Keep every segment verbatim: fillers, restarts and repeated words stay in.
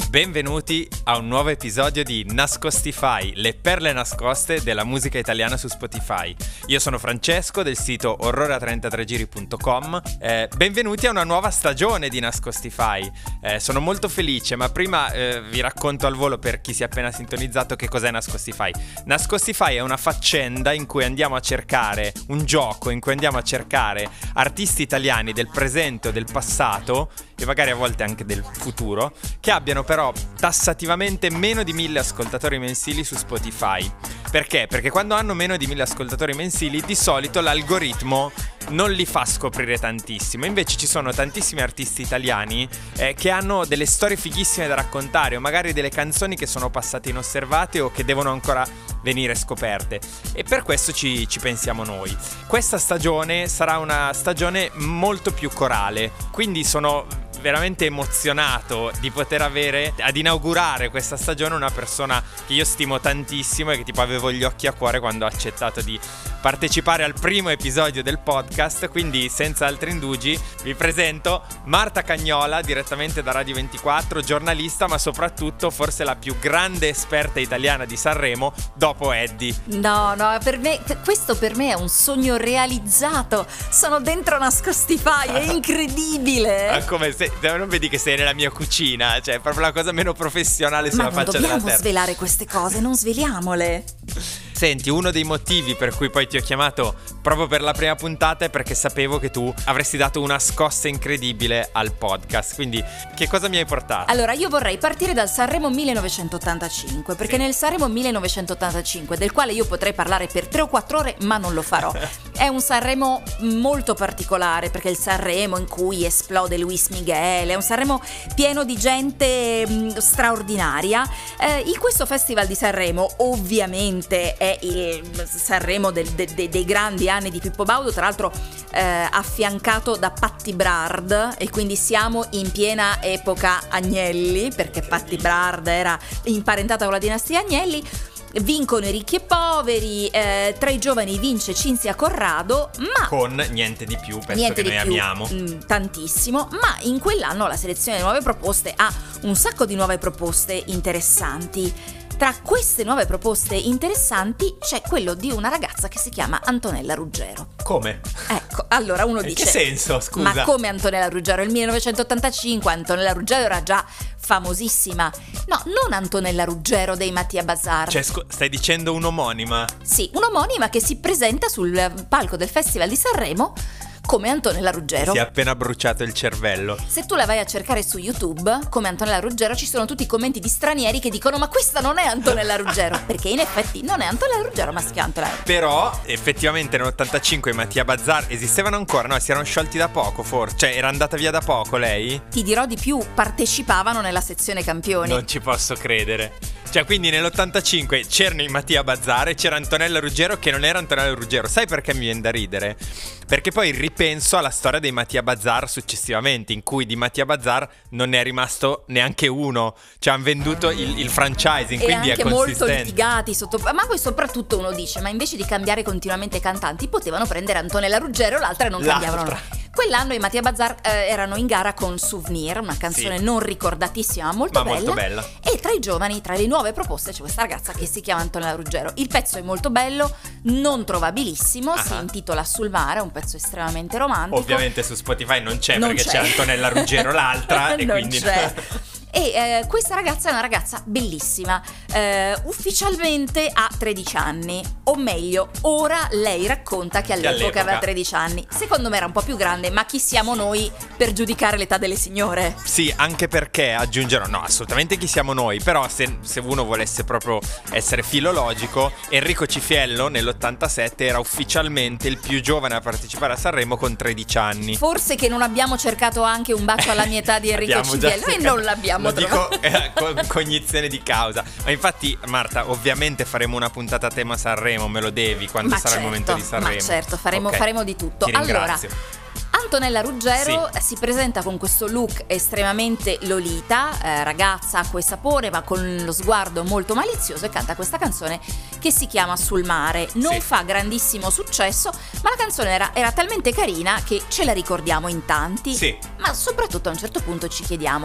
Benvenuti a un nuovo episodio di Nascostify, le perle nascoste della musica italiana su Spotify. Io sono Francesco del sito orrore a trentatré giri punto com. Eh, benvenuti a una nuova stagione di Nascostify. Eh, sono molto felice, ma prima eh, vi racconto al volo, per chi si è appena sintonizzato, che cos'è Nascostify. Nascostify è una faccenda in cui andiamo a cercare, un gioco in cui andiamo a cercare artisti italiani del presente o del passato, e magari a volte anche del futuro, che abbiano però tassativamente meno di mille ascoltatori mensili su Spotify. Perché? Perché quando hanno meno di mille ascoltatori mensili, di solito l'algoritmo non li fa scoprire tantissimo. Invece ci sono tantissimi artisti italiani eh, che hanno delle storie fighissime da raccontare, o magari delle canzoni che sono passate inosservate o che devono ancora venire scoperte, e per questo ci, ci pensiamo noi. Questa stagione sarà una stagione molto più corale, quindi sono veramente emozionato di poter avere ad inaugurare questa stagione una persona che io stimo tantissimo e che tipo avevo gli occhi a cuore quando ha accettato di partecipare al primo episodio del podcast. Quindi senza altri indugi vi presento Marta Cagnola, direttamente da Radio ventiquattro, giornalista, ma soprattutto forse la più grande esperta italiana di Sanremo dopo Eddie. No, no, per me questo per me è un sogno realizzato. Sono dentro Nascostify, è incredibile. Ma come se non vedi che sei nella mia cucina? Cioè, è proprio la cosa meno professionale sulla Ma faccia della terra. Ma non dobbiamo svelare queste cose, non sveliamole. Senti, uno dei motivi per cui poi ti ho chiamato proprio per la prima puntata è perché sapevo che tu avresti dato una scossa incredibile al podcast. Quindi, che cosa mi hai portato? Allora, io vorrei partire dal Sanremo millenovecentottantacinque, perché sì. Nel Sanremo millenovecentottantacinque, del quale io potrei parlare per tre o quattro ore, ma non lo farò. È un Sanremo molto particolare, perché è il Sanremo in cui esplode Luis Miguel, è un Sanremo pieno di gente mh, straordinaria. Eh, in questo Festival di Sanremo, ovviamente, è il Sanremo del, de, de, dei grandi anni di Pippo Baudo, tra l'altro eh, affiancato da Patti Brard, e quindi siamo in piena epoca Agnelli, perché Patti Brard era imparentata con la dinastia Agnelli. Vincono i ricchi e poveri, eh, tra i giovani vince Cinzia Corrado, ma con Niente di più, penso niente che di noi più, amiamo mh, tantissimo. Ma in quell'anno la selezione di nuove proposte ha un sacco di nuove proposte interessanti. Tra queste nuove proposte interessanti c'è quello di una ragazza che si chiama Antonella Ruggero. Come? Ecco, allora uno dice: in che senso, scusa? Ma come Antonella Ruggero? Nel millenovecentottantacinque Antonella Ruggero era già famosissima. No, non Antonella Ruggero dei Mattia Bazar. Cioè, scu- stai dicendo un'omonima? Sì, un'omonima che si presenta sul palco del Festival di Sanremo come Antonella Ruggero. Si è appena bruciato il cervello. Se tu la vai a cercare su YouTube come Antonella Ruggero, ci sono tutti i commenti di stranieri che dicono: ma questa non è Antonella Ruggero, perché in effetti non è Antonella Ruggero, ma si chiama Antonella Ruggero. Però effettivamente nell'ottantacinque i Mattia Bazar esistevano ancora? No, si erano sciolti da poco forse. Cioè, era andata via da poco lei? Ti dirò di più, partecipavano nella sezione campioni. Non ci posso credere. Cioè, quindi nell'ottantacinque c'erano i Mattia Bazar e c'era Antonella Ruggero che non era Antonella Ruggero. Sai perché mi viene da ridere? Perché poi ripenso alla storia dei Mattia Bazar successivamente, in cui di Mattia Bazar non ne è rimasto neanche uno. Cioè, hanno venduto il, il franchising, e quindi anche è consistente. molto litigati sotto... Ma poi soprattutto uno dice: ma invece di cambiare continuamente cantanti potevano prendere Antonella Ruggero, l'altra e non L'altra. cambiavano. Quell'anno i Mattia Bazar eh, erano in gara con Souvenir, una canzone sì. non ricordatissima, ma molto ma bella. molto bella. E tra i giovani, tra le nuove proposte, c'è questa ragazza che si chiama Antonella Ruggero. Il pezzo è molto bello, non trovabilissimo, uh-huh. si intitola Sul mare, è un pezzo estremamente romantico. Ovviamente su Spotify non c'è, non perché c'è. c'è Antonella Ruggero l'altra e non quindi c'è. E eh, questa ragazza è una ragazza bellissima, eh, ufficialmente ha tredici anni, o meglio, ora lei racconta che all'epoca, che all'epoca aveva tredici anni. Secondo me era un po' più grande, ma chi siamo noi per giudicare l'età delle signore? Sì, anche perché aggiungerò, no, assolutamente chi siamo noi, però se, se uno volesse proprio essere filologico, Enrico Cifiello nell'ottantasette era ufficialmente il più giovane a partecipare a Sanremo con tredici anni. Forse che non abbiamo cercato anche un bacio alla mia età di Enrico Cifiello e non l'abbiamo Lo dico eh, con cognizione di causa. Ma infatti, Marta, ovviamente faremo una puntata a tema Sanremo, me lo devi quando ma sarà certo, il momento di Sanremo. Ma certo, faremo, okay. faremo di tutto. Ti ringrazio. Allora, Antonella Ruggero sì. si presenta con questo look estremamente Lolita, eh, ragazza acqua e sapore, ma con lo sguardo molto malizioso, e canta questa canzone che si chiama Sul mare. Non sì. fa grandissimo successo, ma la canzone era, era talmente carina che ce la ricordiamo in tanti, sì. ma soprattutto a un certo punto ci chiediamo: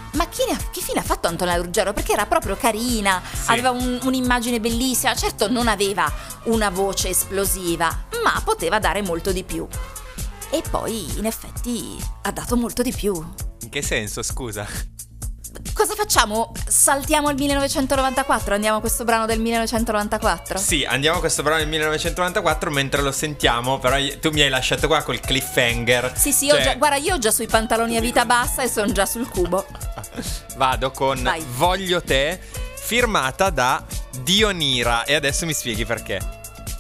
ma chi, ne ha, che fine ha fatto Antonella Ruggero? Perché era proprio carina, sì. aveva un, un'immagine bellissima, certo non aveva una voce esplosiva, ma poteva dare molto di più. E poi in effetti ha dato molto di più. In che senso, scusa? Cosa facciamo? Saltiamo al millenovecentonovantaquattro? Andiamo a questo brano del millenovecentonovantaquattro? Sì, andiamo a questo brano del millenovecentonovantaquattro mentre lo sentiamo, però tu mi hai lasciato qua col cliffhanger. Sì, sì, cioè... io già, guarda, io ho già sui pantaloni a vita bassa e sono già sul cubo. Vado con Vai. Voglio te, firmata da Dionira, e adesso mi spieghi perché.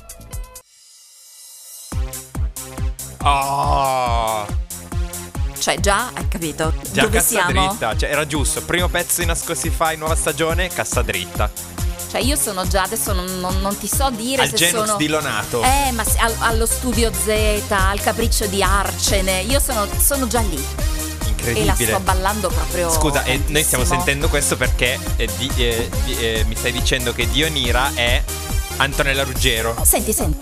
Oh, Cioè già, hai capito? già Dove cassa siamo? dritta, cioè era giusto, primo pezzo di Nascostify, nuova stagione, cassa dritta. Cioè io sono già, adesso non, non- non ti so dire Al se Genux sono... di Lonato. Eh, ma se- al- allo Studio Z, al Capriccio di Arcene, io sono, sono già lì. E la Incredibile. sto ballando proprio. Scusa, e noi stiamo tantissimo. sentendo questo perché eh, di- eh, di- eh, mi stai dicendo che Dionira è Antonella Ruggero. Senti, senti.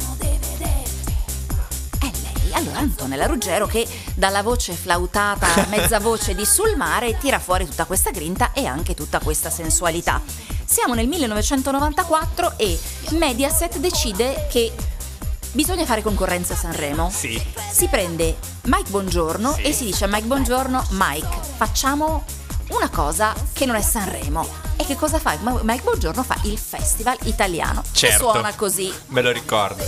È lei, allora Antonella Ruggero, che dalla voce flautata, mezza voce di Sul mare, tira fuori tutta questa grinta e anche tutta questa sensualità. Siamo nel millenovecentonovantaquattro e Mediaset decide che bisogna fare concorrenza a Sanremo. Sì. Si prende Mike Bongiorno Sì. e si dice a Mike Bongiorno: Mike, facciamo una cosa che non è Sanremo. E che cosa fa? Ma- Mike Bongiorno fa il Festival Italiano. Certo. Che suona così: Me lo ricordo.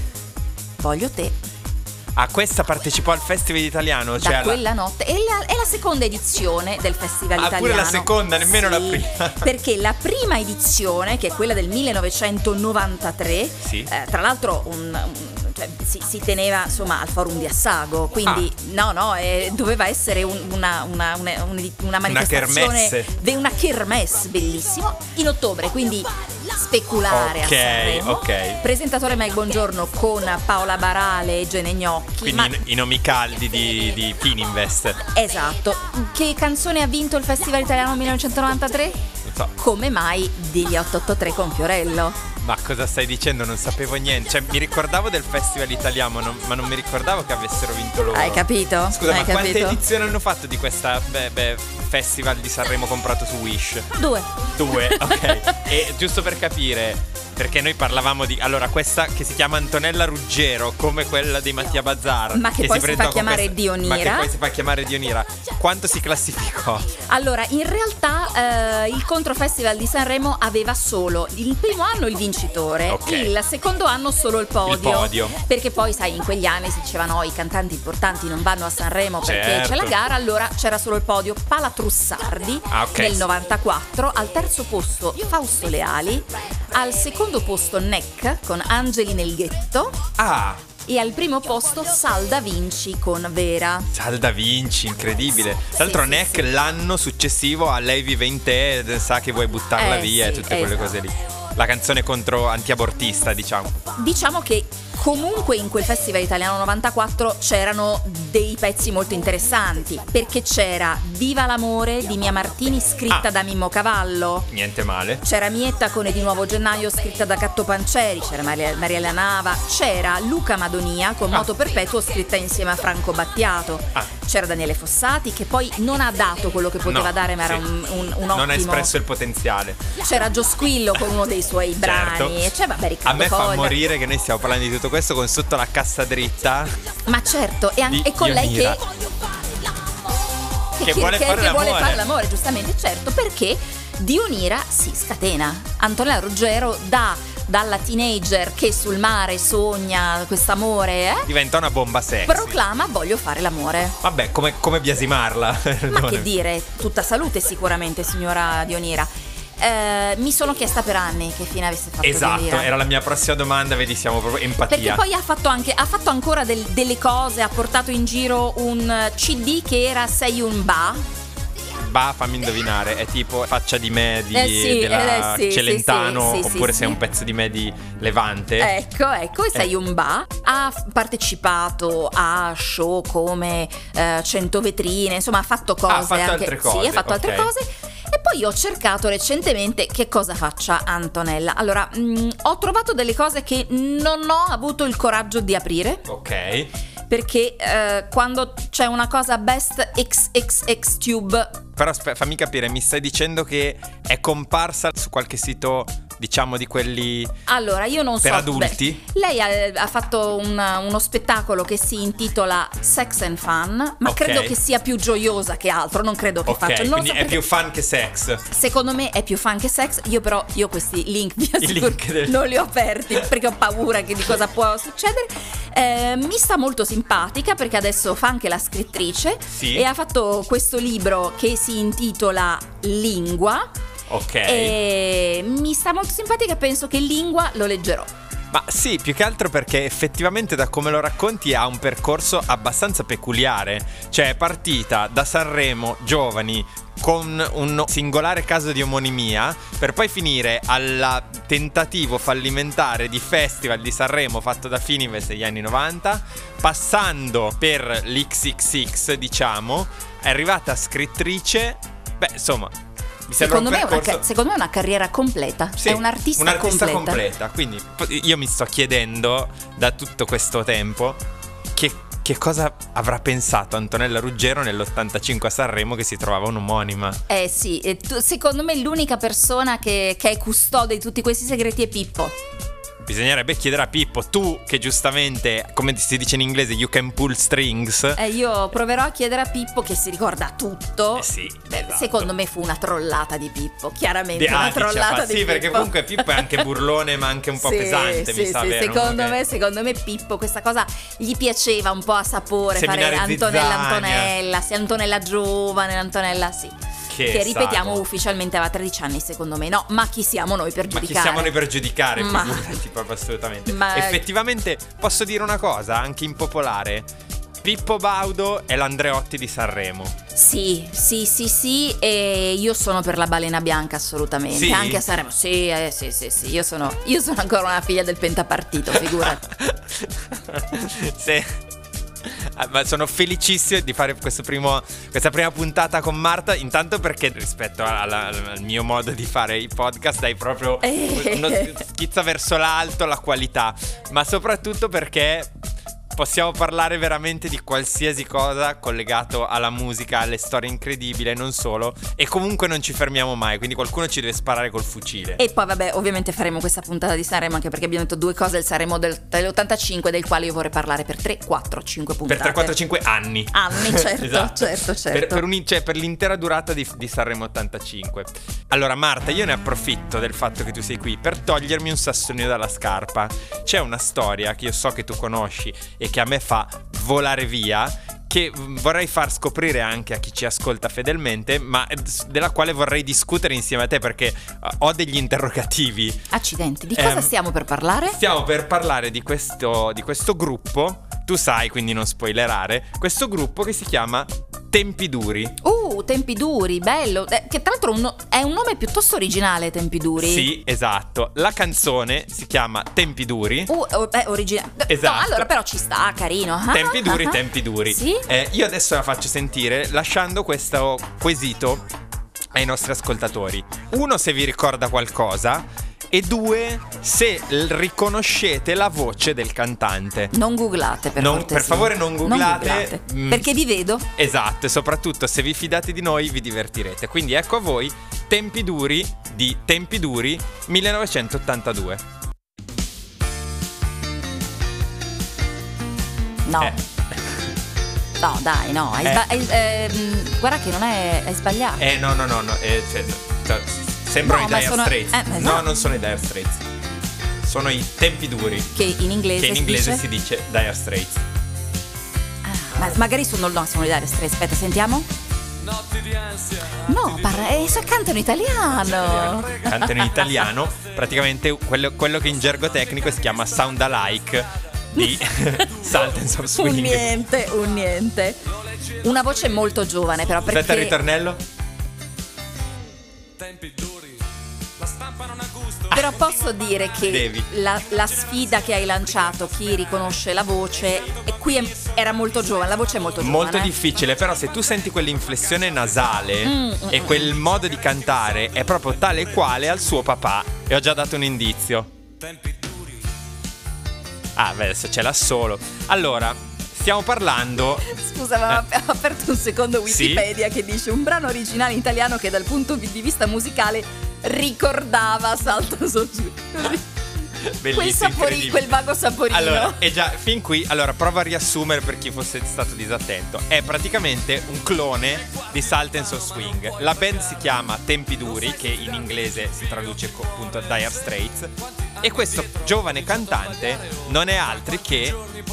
Voglio te. A questa partecipò al Festival Italiano, cioè Da alla- quella notte è la, è la seconda edizione del Festival Ah, Italiano. pure la seconda, nemmeno Sì, la prima. Perché la prima edizione, che è quella del millenovecentonovantatré, Sì. eh, tra l'altro un, un- cioè, si, si teneva insomma al Forum di Assago, quindi no no eh, doveva essere un- una, una, una, una, una manifestazione, kermesse. de- una kermesse bellissimo in ottobre, quindi speculare Ok, a Sanremo. ok. Presentatore Mike Bongiorno con Paola Barale e Gene Gnocchi. Quindi ma- i, i nomi caldi di, di Fininvest. Esatto. Che canzone ha vinto il Festival Italiano millenovecentonovantatré? Non so. Come mai degli otto otto tre con Fiorello? Ma cosa stai dicendo? Non sapevo niente. Cioè, mi ricordavo del Festival Italiano, ma non, ma non mi ricordavo che avessero vinto loro. Hai capito? Scusa, Hai ma quante capito? edizioni hanno fatto di questa beh, beh, Festival di Sanremo comprato su Wish? Due. Due, ok. E giusto per capire, perché noi parlavamo di... Allora, questa che si chiama Antonella Ruggero, come quella di Mattia Bazzar. Ma che poi si presentò fa con chiamare questa- Dionira. Ma che poi si fa chiamare Dionira. Quanto si classificò? Allora, in realtà eh, il Controfestival di Sanremo aveva solo il primo anno il vincitore, Ok. il secondo anno solo il podio. Il podio. Perché poi, sai, in quegli anni si diceva no, i cantanti importanti non vanno a Sanremo perché Certo. c'è la gara, allora c'era solo il podio. Pala Trussardi Ah, ok. nel novantaquattro, al terzo posto Fausto Leali, al secondo posto Neck con Angeli nel ghetto Ah, e al primo posto Salda Vinci con Vera. Salda Vinci, incredibile. Tra l'altro sì, Neck sì. l'anno successivo a Lei vive in te, ed sa che vuoi buttarla Eh, via e sì, tutte quelle esatto. cose lì. La canzone contro antiabortista, diciamo. Diciamo che comunque in quel Festival Italiano novantaquattro c'erano dei pezzi molto interessanti, perché c'era Viva l'amore di Mia Martini scritta Ah. da Mimmo Cavallo, Niente male. c'era Mietta con E di nuovo gennaio scritta da Catto Panceri, c'era Maria, Mariella Nava, c'era Luca Madonia con Ah. Moto Perpetuo scritta insieme a Franco Battiato, Ah. c'era Daniele Fossati che poi non ha dato quello che poteva No, dare, ma era sì. un, un, un Non ha ottimo. espresso il potenziale. C'era Gio Squillo con uno dei suoi brani, Certo. e c'è vabbè A Riccardo me fa Foglia. morire che noi stiamo parlando di tutto questo con sotto la cassa dritta Ma certo, e, an- di e con lei Dionira. che, Che vuole fare che vuole l'amore. fare l'amore, giustamente, certo, perché Dionira si scatena. Antonella Ruggero da, dalla teenager che sul mare sogna quest'amore, eh, Diventa una bomba sexy. proclama voglio fare l'amore. Vabbè, come, come biasimarla? Ma Perdone. che dire, tutta salute sicuramente, signora Dionira. Eh, mi sono chiesta per anni che fine avesse fatto Esatto, Dionira. era la mia prossima domanda, vedi, siamo proprio empatia. Perché poi ha fatto anche ha fatto ancora del- delle cose, ha portato in giro un C D che era Sei un ba. Bah, fammi indovinare, è tipo Faccia di me di Eh sì, della eh sì, Celentano, sì, sì, sì, oppure sì, sei sì. un pezzo di me di Levante. Ecco, ecco, e sei Eh. un ba. Ha f- partecipato a show come eh, cento vetrine, insomma ha fatto cose. Ah, ha fatto anche, altre cose, Sì, ha fatto altre ok. cose. E poi ho cercato recentemente che cosa faccia Antonella. Allora, mh, ho trovato delle cose che non ho avuto il coraggio di aprire. Ok. Perché eh, quando c'è una cosa Best X X X Tube però aspe- fammi capire, mi stai dicendo che è comparsa su qualche sito, diciamo, di quelli allora, io non per so, adulti? Beh, lei ha, ha fatto una- uno spettacolo che si intitola Sex and Fun, ma Ok. credo che sia più gioiosa che altro, non credo che Ok, faccia. Non quindi so è perché- più fun che sex. Secondo me è più fun che sex. Io però, io questi link vi I assicuro link del- non li ho aperti perché ho paura che di cosa può succedere. Eh, mi sta molto simpatica perché adesso fa anche la scrittrice Sì. e ha fatto questo libro che si intitola Lingua. Ok. E mi sta molto simpatica, penso che Lingua lo leggerò. Ma sì, più che altro perché effettivamente da come lo racconti ha un percorso abbastanza peculiare. Cioè è partita da Sanremo, giovani, con un singolare caso di omonimia, per poi finire al tentativo fallimentare di festival di Sanremo fatto da Fininvest degli anni novanta, passando per l'X X X, diciamo, è arrivata scrittrice. Beh, insomma, mi sembra Secondo un me, è una, percorso... ca- secondo me è una carriera completa. Sì, è un artista, un'artista completa. completa. Quindi p- io mi sto chiedendo da tutto questo tempo che, che cosa avrà pensato Antonella Ruggero nell'ottantacinque a Sanremo che si trovava un'omonima. Eh sì, e tu- secondo me l'unica persona che, che è custode di tutti questi segreti è Pippo. Bisognerebbe chiedere a Pippo, tu che giustamente, come si dice in inglese, you can pull strings. Eh, io proverò a chiedere a Pippo che si ricorda tutto. Eh sì, Beh, esatto. Secondo me fu una trollata di Pippo, chiaramente Di- una ah, dice, trollata fa- di sì, Pippo. perché comunque Pippo è anche burlone ma anche un po' Sì, pesante, sì, mi sa sì, vero? secondo Uno che- me, secondo me Pippo questa cosa gli piaceva un po' a sapore, Seminare fare Antonella zizzania. Antonella, sì, Antonella giovane, Antonella sì. Che, Che ripetiamo sago. ufficialmente aveva tredici anni, secondo me. No, ma chi siamo noi per Ma giudicare? chi siamo noi per giudicare? Ma- Figurati, proprio assolutamente. Ma- Effettivamente posso dire una cosa, anche impopolare. Pippo Baudo è l'Andreotti di Sanremo. Sì, sì, sì, sì, e io sono per la balena bianca assolutamente. Sì? Anche a Sanremo. Sì, eh, sì, sì, sì. Io sono, io sono ancora una figlia del pentapartito, figurati. Sì. Ah, ma sono felicissimo di fare questo primo, questa prima puntata con Marta. Intanto perché rispetto alla- al mio modo di fare i podcast dai proprio Eh. uno schizza verso l'alto, la qualità. Ma soprattutto perché possiamo parlare veramente di qualsiasi cosa collegato alla musica, alle storie incredibili e non solo. E comunque non ci fermiamo mai, quindi qualcuno ci deve sparare col fucile. E poi vabbè, ovviamente faremo questa puntata di Sanremo anche perché abbiamo detto due cose del Sanremo del, dell'ottantacinque, del quale io vorrei parlare per tre, quattro, cinque puntate. Per tre, quattro, cinque anni. Anni, certo, Esatto. certo, certo. Per, per, un- cioè, per l'intera durata di, di Sanremo ottantacinque. Allora Marta, io ne approfitto del fatto che tu sei qui per togliermi un sassolino dalla scarpa. C'è una storia che io so che tu conosci e che a me fa volare via, che vorrei far scoprire anche a chi ci ascolta fedelmente, ma della quale vorrei discutere insieme a te perché uh, ho degli interrogativi. Accidenti, di cosa Ehm, stiamo per parlare? Stiamo per parlare di questo, di questo gruppo, tu sai, quindi non spoilerare, questo gruppo che si chiama Tempi Duri. Uh, Tempi Duri, bello. Eh, che tra l'altro un- è un nome piuttosto originale, Tempi Duri. Sì, esatto. La canzone si chiama Tempi Duri. Uh, oh, beh, originale. Esatto. No, allora però ci sta, carino. Ah, Tempi duri, ah, ah. tempi duri. Sì? Eh, io adesso la faccio sentire lasciando questo quesito ai nostri ascoltatori. Uno, se vi ricorda qualcosa. E due, se l- riconoscete la voce del cantante. Non googlate, per Non- cortesia. per favore non googlate. googlate, Mm. perché vi vedo. Esatto, e soprattutto se vi fidate di noi vi divertirete. Quindi ecco a voi Tempi Duri di Tempi Duri millenovecentottantadue. No. Eh. No, dai, no. Hai Eh. sba- hai- ehm, guarda che non è, hai sbagliato. Eh no no no no eh, cioè, cioè, sembrano No, i ma Dire sono- Straits. eh, No, esatto. non sono i Dire Straits. Sono i Tempi Duri, Che in inglese, che in si inglese dice? si dice Dire Straits. Ah, ma magari sono no, sono di Dire Straits. Aspetta, sentiamo. No, parla, eh, so- cantano italiano. Cantano in italiano, praticamente quello, quello che in gergo tecnico si chiama sound alike di Sultans of Un Swing. niente, un niente. Una voce molto giovane, però perché Aspetta il ritornello. Però posso dire che Devi. la, la sfida che hai lanciato, chi riconosce la voce, e qui è- era molto giovane, la voce è molto giovane. Molto eh. difficile, però se tu senti quell'inflessione nasale Mm, e quel modo di cantare è proprio tale e quale al suo papà. E ho già dato un indizio. Ah, beh, adesso c'è l'assolo. Allora, stiamo stiamo parlando... Scusa, ma eh. ho aperto un secondo Wikipedia, sì? che dice un brano originale italiano che dal punto di vista musicale ricordava Salto sul quel, sapori, quel vago saporino. Allora, è già fin qui. Allora, provo a riassumere per chi fosse stato disattento. È praticamente un clone di Salt and Soul Swing. La band si chiama Tempi Duri, che in inglese si traduce co- appunto a Dire Straits. E questo giovane cantante non è altri che...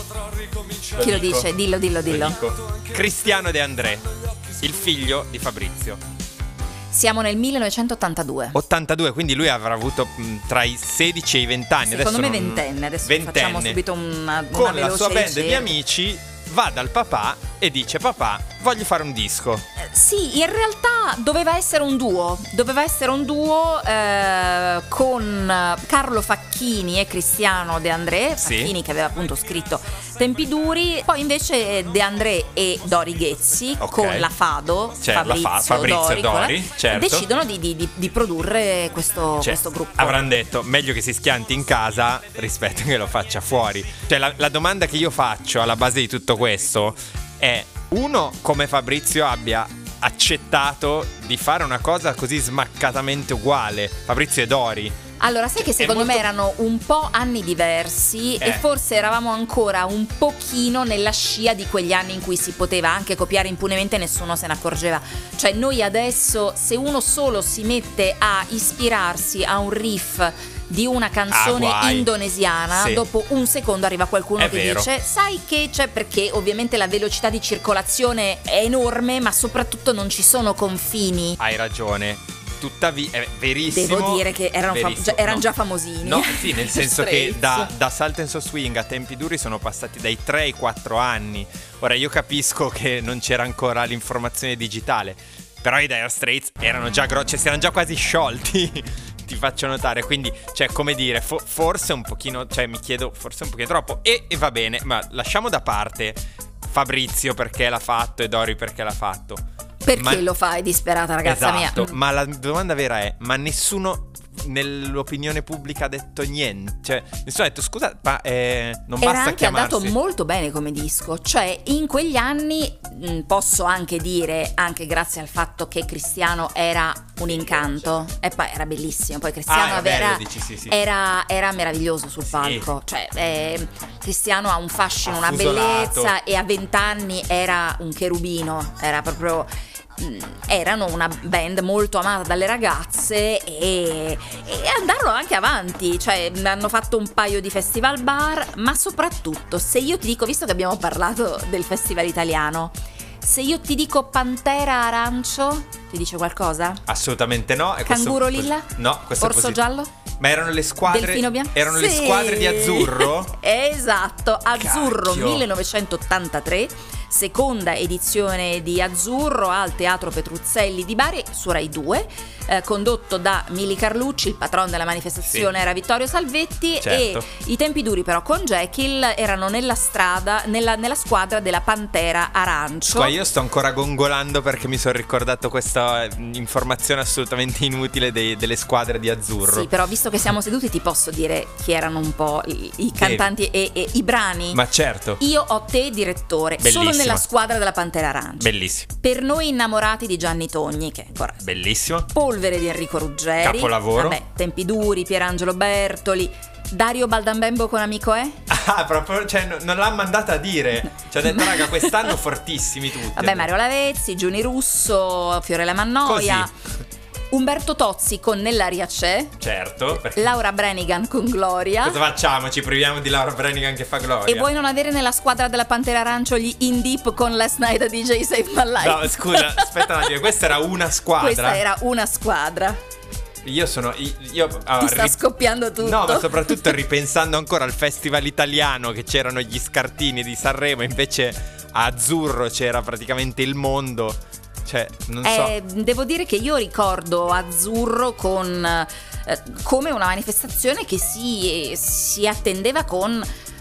Chi lo dice? Dillo, dillo, dillo. Lo Cristiano De André, il figlio di Fabrizio. Siamo nel millenovecentottantadue. ottantadue, quindi lui avrà avuto mh, tra i sedici e i venti anni. Secondo adesso me non... ventenne. Adesso ventenne. facciamo subito una, una Con veloce la sua band ricerca. di amici va dal papà e dice: papà, voglio fare un disco. Eh, sì, in realtà doveva essere un duo. Doveva essere un duo eh, con Carlo Facchini e Cristiano De André. Sì. Facchini che aveva appunto scritto Tempi Duri. Poi invece De André e Dori Ghezzi, Ok. con la Fado, Cioè, la Fabrizio, fa- Fabrizio Dori, Dori, quella- certo. decidono di, di- di- di produrre questo, Cioè, questo gruppo. avranno detto meglio che si schianti in casa rispetto che lo faccia fuori. Cioè la, la domanda che io faccio alla base di tutto questo è: uno, come Fabrizio abbia accettato di fare una cosa così smaccatamente uguale, Fabrizio e Dori. Allora, sai che È secondo molto- me erano un po' anni diversi Eh. e forse eravamo ancora un pochino nella scia di quegli anni in cui si poteva anche copiare impunemente e nessuno se ne accorgeva. Cioè noi adesso, se uno solo si mette a ispirarsi a un riff di una canzone Ah, guai. indonesiana, Sì. dopo un secondo arriva qualcuno È che vero. dice: sai che c'è, perché ovviamente la velocità di circolazione è enorme, ma soprattutto non ci sono confini. Hai ragione. Tuttavia, è verissimo. Devo dire che erano, fam- verissimo. già, erano No. già famosini. No, sì, nel senso che Straits. da, da Salt and Soul Swing a Tempi Duri sono passati dai tre ai quattro anni. Ora io capisco che non c'era ancora l'informazione digitale, però i Dire Straits erano già grossi, cioè si erano già quasi sciolti. Ti faccio notare, quindi, cioè, come dire, fo- forse un pochino, cioè, mi chiedo, forse un pochino troppo. E, e va bene, ma lasciamo da parte Fabrizio perché l'ha fatto e Dori perché l'ha fatto. Perché Ma- lo fai, disperata ragazza Esatto, mia? ma la domanda vera è: ma nessuno nell'opinione pubblica ha detto niente? Cioè, nessuno ha detto scusa, ma eh, non Era basta anche chiamarsi. andato molto bene come disco. Cioè, in quegli anni mh, posso anche dire, anche grazie al fatto che Cristiano era un incanto. E poi era bellissimo. Poi Cristiano Ah, era bello, era, dici, sì, sì. era, era meraviglioso sul palco. Cioè, eh, Cristiano ha un fascino, una Affusolato. bellezza, e a vent'anni era un cherubino. Era proprio. mh, Erano una band molto amata dalle ragazze e, e andarono anche avanti, cioè hanno fatto un paio di festival bar, ma soprattutto, se io ti dico, visto che abbiamo parlato del festival italiano, se io ti dico Pantera Arancio, ti dice qualcosa? Assolutamente no. E questo- Canguro lilla? No, questo è Orso posi- giallo? Ma erano le squadre. Delfino bianco? Erano le Sì. squadre di Azzurro? Esatto, Azzurro Cacchio. millenovecentottantatré, seconda edizione di Azzurro al Teatro Petruzzelli di Bari su Rai due, eh, condotto da Mili Carlucci. Il patrono della manifestazione Sì. era Vittorio Salvetti. Certo. E i Tempi Duri però con Jekyll erano nella strada, nella, nella squadra della Pantera Arancio. Qua io sto ancora gongolando perché mi sono ricordato questa eh, informazione assolutamente inutile dei- delle squadre di Azzurro. Sì, però visto che siamo seduti ti posso dire chi erano un po' i, i cantanti e, e i brani. Ma certo, Io ho te direttore, Bellissimo. solo nella squadra della Pantera Arancia. bellissimo, Per noi innamorati di Gianni Togni, che ancora bellissimo. Polvere di Enrico Ruggeri, Capolavoro. vabbè, Tempi Duri, Pierangelo Bertoli, Dario Baldambembo con Amico è? Ah, proprio, cioè, no- non l'ha mandata a dire. Ci ha detto, raga, quest'anno fortissimi tutti. Vabbè, Mario Lavezzi, Giuni Russo, Fiorella Mannoia, Così. Umberto Tozzi con Nell'aria c'è, Certo, perché Laura Branigan con Gloria. cosa facciamo? Ci priviamo di Laura Branigan che fa gloria. E vuoi non avere nella squadra della Pantera Arancio gli In Deep con Last Night a D J Save My Life? No, scusa, aspetta un attimo, questa era una squadra. Questa era una squadra. Io sono io, io ah, Ti sta ri- scoppiando tutto. No, ma soprattutto ripensando ancora al festival italiano, che c'erano gli scartini di Sanremo, invece a Azzurro c'era praticamente il mondo. Cioè, non so. Eh, devo dire che io ricordo Azzurro con eh, come una manifestazione che si, si attendeva con,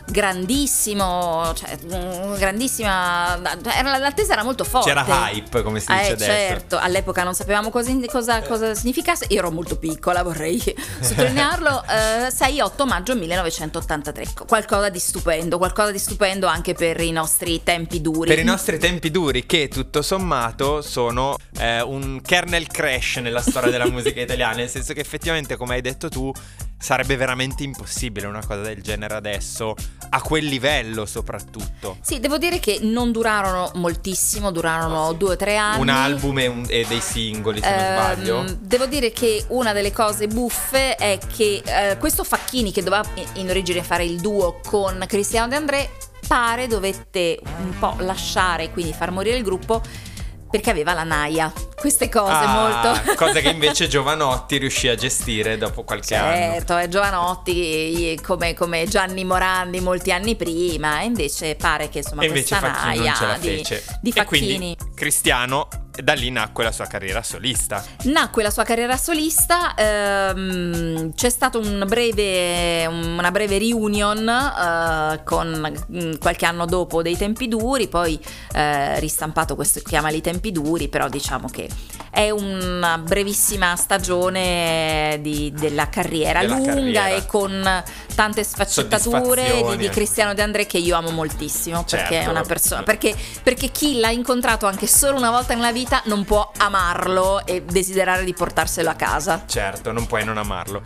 grandissimo, cioè grandissima, l'attesa era molto forte. C'era hype, come si dice eh, adesso. Certo, all'epoca non sapevamo cosa, cosa, cosa significasse. Io ero molto piccola, vorrei sottolinearlo. eh, sei otto maggio millenovecentottantatré, qualcosa di stupendo, qualcosa di stupendo anche per i nostri tempi duri. Per i nostri tempi duri, che tutto sommato sono eh, un kernel crash nella storia della musica italiana, nel senso che effettivamente, come hai detto tu, sarebbe veramente impossibile una cosa del genere adesso, a quel livello soprattutto. Sì, devo dire che non durarono moltissimo, durarono oh, sì. due o tre anni. Un album e, un, e dei singoli, se ehm, non sbaglio. Devo dire che una delle cose buffe è che eh, questo Facchini, che doveva in origine fare il duo con Cristiano De André, pare dovette un po' lasciare, quindi far morire il gruppo, perché aveva la naia. Queste cose ah, molto cose che invece Jovanotti riuscì a gestire dopo qualche certo, anno. Certo, è Jovanotti come, come Gianni Morandi molti anni prima, e invece pare che insomma e invece questa Facchini naia non ce la di, fece. di Facchini. E quindi Cristiano, da lì nacque la sua carriera solista. Nacque la sua carriera solista, ehm, c'è stata un breve, una breve reunion eh, con qualche anno dopo dei Tempi Duri, poi eh, ristampato questo che chiama i Tempi Duri, però diciamo che è una brevissima stagione di, della carriera della lunga carriera. E con tante sfaccettature di, di Cristiano De André, che io amo moltissimo, perché certo. è una persona, perché, perché chi l'ha incontrato anche solo una volta nella vita non può amarlo e desiderare di portarselo a casa. Certo, non puoi non amarlo.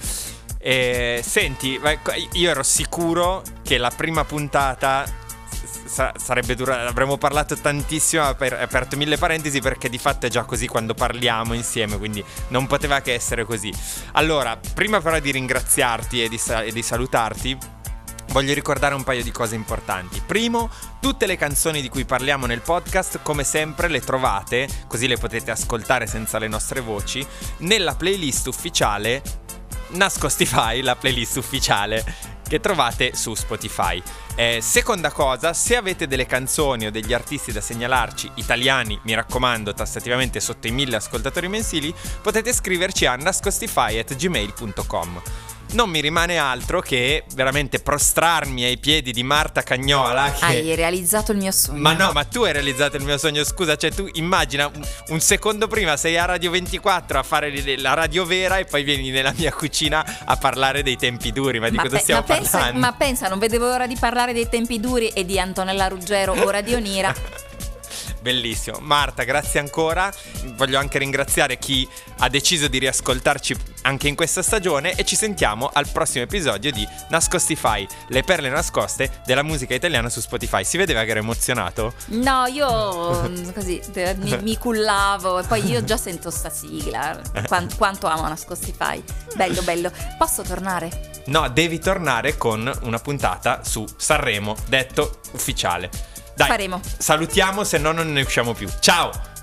E, senti, io ero sicuro che la prima puntata sa- sarebbe durata, avremmo parlato tantissimo, aper- aperto mille parentesi, perché di fatto è già così quando parliamo insieme, quindi non poteva che essere così. Allora, prima però di ringraziarti e di, sa- e di salutarti, voglio ricordare un paio di cose importanti. Primo, tutte le canzoni di cui parliamo nel podcast, come sempre, le trovate, così le potete ascoltare senza le nostre voci, nella playlist ufficiale Nascostify, la playlist ufficiale che trovate su Spotify. Eh, seconda cosa, se avete delle canzoni o degli artisti da segnalarci, italiani, mi raccomando, tassativamente sotto i mille ascoltatori mensili, potete scriverci a nascostify at gmail punto com. Non mi rimane altro che veramente prostrarmi ai piedi di Marta Cagnola, che... Hai realizzato il mio sogno. Ma no, ma tu hai realizzato il mio sogno, scusa, cioè tu immagina un, un secondo prima sei a Radio ventiquattro a fare la radio vera e poi vieni nella mia cucina a parlare dei Tempi Duri, ma di ma cosa pe- stiamo ma parlando? Pensa, ma pensa, non vedevo l'ora di parlare dei Tempi Duri e di Antonella Ruggero, ora di Onira. Bellissimo. Marta, grazie ancora. Voglio anche ringraziare chi ha deciso di riascoltarci anche in questa stagione, e ci sentiamo al prossimo episodio di Nascostify, le perle nascoste della musica italiana su Spotify. Si vedeva che ero emozionato? No, io così mi, mi cullavo, e poi io già sento sta sigla. Quanto, quanto amo Nascostify. Bello, bello. Posso tornare? No, devi tornare con una puntata su Sanremo, detto ufficiale. Dai, faremo. Salutiamo, se no non ne usciamo più. Ciao!